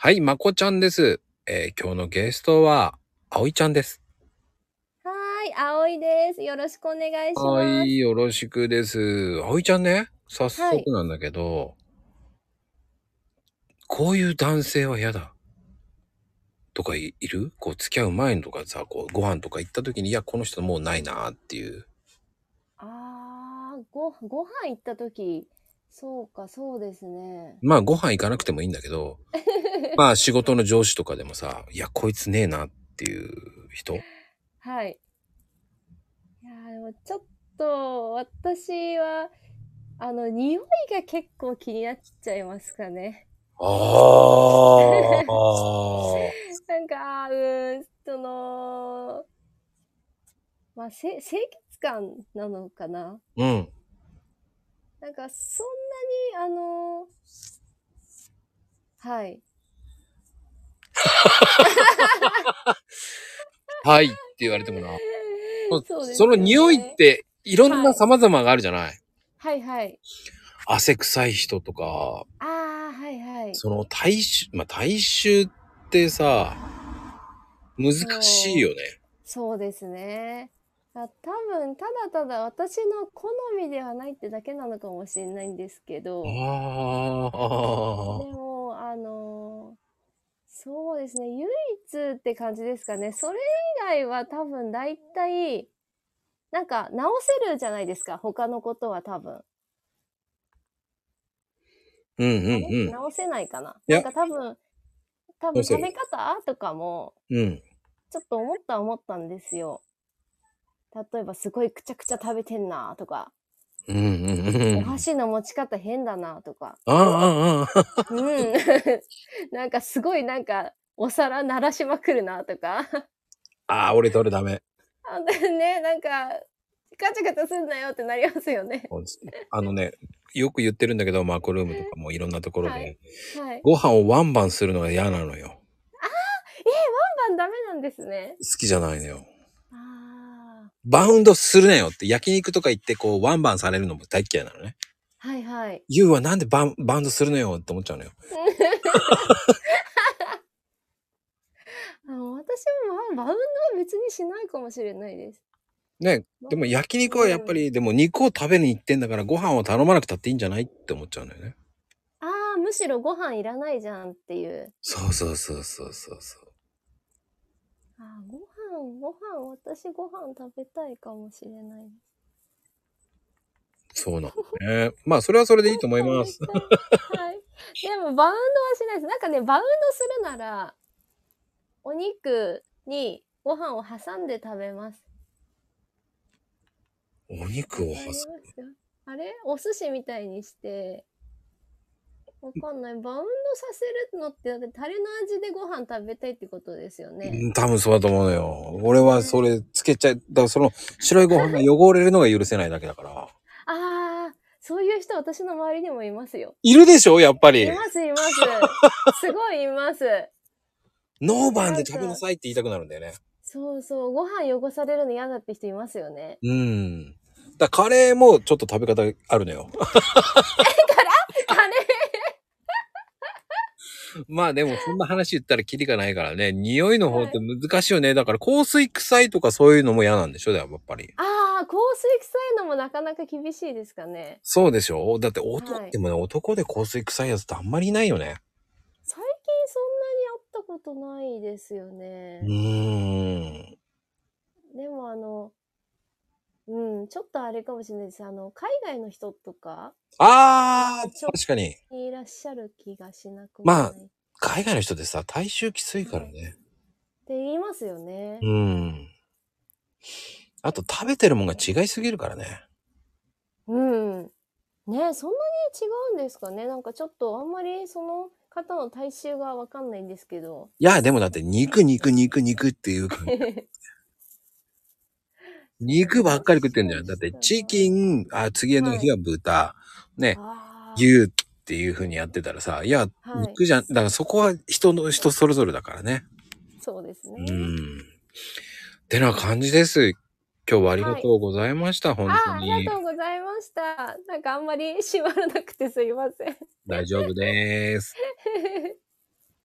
はい、まこちゃんです。今日のゲストは、あおいちゃんです。 はーい、あおいです。よろしくお願いします。 よろしくです。あおいちゃんね、早はい。 速なんだけど、こういう男性は嫌だとかいるこう、付き合う前とかさ、こう、ご飯とか行った時に、いや、この人もうないなっていう。 ご飯行った時、そうか、そうですね。 まあ、ご飯行かなくてもいいんだけど、まあ、仕事の上司とかでもさ、いや、こいつねえなっていう人。 はい。いやー、でもちょっと、私は、匂いが結構気になっちゃいますかね。 ああ。 なんか、まあ、清潔感なのかな。 うん。 なんか、そんなに、はい。 はいって言われてもな。 そうですよその匂いっね。 ていろんなはい。 様々があるじゃない。 はいはい。 汗臭い人とか、 はいはい。 その体臭ってさ、難しいよそう。 ね。 そうですね。多分、ただただ私の好みではないってだけなのかもしれないんですけど、 ああ、 でも、そうですね。唯一って感じですかね。それ以外は多分大体、なんか直せるじゃないですか。他のことは多分。 うんうんあれうん。 直せないかな。 いや、 なんか多分食べどうせる。 方とかも、 うん。 ちょっと思ったんですよ。例えばすごいくちゃくちゃ食べてんなとか、 うんうんうんうおん。 箸の持ち方変だなとか、 ああ、ああ、ああ。 うん。なんかすごいなんかお皿鳴らしまくるなとか。 ああ、俺どれダメ。 ね、なんか、ガチャガチャすんなよってなりますよね。 あのね、よく言ってるんだけど、マコルームとかもいろんなところはい。 で、 はい。 ご飯をワンバンするのが嫌なのよ。 ワンバンダメなんですね。 好きじゃないのよ。 ああ。 バウンドするなよって、焼肉とか行ってこうワンバンされるのも大っ嫌いなのね。 はいはい。 ユウはなんでバウンドするのよって思っちゃうのよ。 私もバウンドは別にしないかもしれないです。 ね、 バでも焼肉はやっぱうん。 り、でも肉を食べに行ってんだからご飯を頼まなくたっていいんじゃないって思っちゃうんだよね。 むしろご飯いらないじゃんっていう。 そうそうそうそうそうそう。 私ご飯食べたいかもしれないです。 そうなんだね。まあそれはそれでいいと思います。 食べたい。はい。でもバウンドはしないです。なんかね、バウンドするなら、お肉にご飯を挟んで食べます。 お肉わかりを挟ますか？あれお寿司みたいにして、わかんない。バウンドさせるのって、だってタレの味でご飯食べたいってことですよね。 む。多分そうだと思うのよ。俺はそねえ。 れつけちゃだからその白いご飯が汚れるのが許せないだけだから。 そういう人私の周りにもいますよ。 いるでしょやっぱり。 いますいます。すごいいます。 ノーバンで食べななんか、 さいって言いたくなるんだよね。 そうそう、ご飯汚されるの嫌だって人いますよね。 うん。カレーもちょっと食べ方あるのよ。 カレまあでもそんな話言ったらキリがないからね。匂いのー方ってはい。 難しいよね。だから香水臭いとかそういうのも嫌なんでしょやっぱり。 香水臭いのもなかなか厳しいですかね。 そうでしょだってはい。 でもね、男で香水臭いやつってあんまりいないよね。 最近そんなに会ったことないですようね。 ーん。 でもちょっとあれかもしれないです。海外の人とかあー、 はちょっ確かに。 といらっしゃる気がしなくもまあ、 ない。 海外の人ってさ、体臭きついからはい。っね。 て言いますよね。 うん。あと食べてるもんが違いすぎるからね。 うん。ね、そんなに違うんですかね。なんかちょっとあんまりその方の体臭がわかんないんですけど。 いや、でもだって肉っていう感じ。肉ばっかり食ってんじゃん。だってもしかしたら。 チキン、次のはい。 日は豚、ね、 あ牛っていう風にやってたらさ、いや、 はい。 肉じゃん。だからそこは人それぞれだからね。 そうですうね。 ん。ってな感じです。今日はありがはい。 とうございました。本当ありに。 がとうございました。なんかあんまり閉まらなくてすいません。 大丈夫です。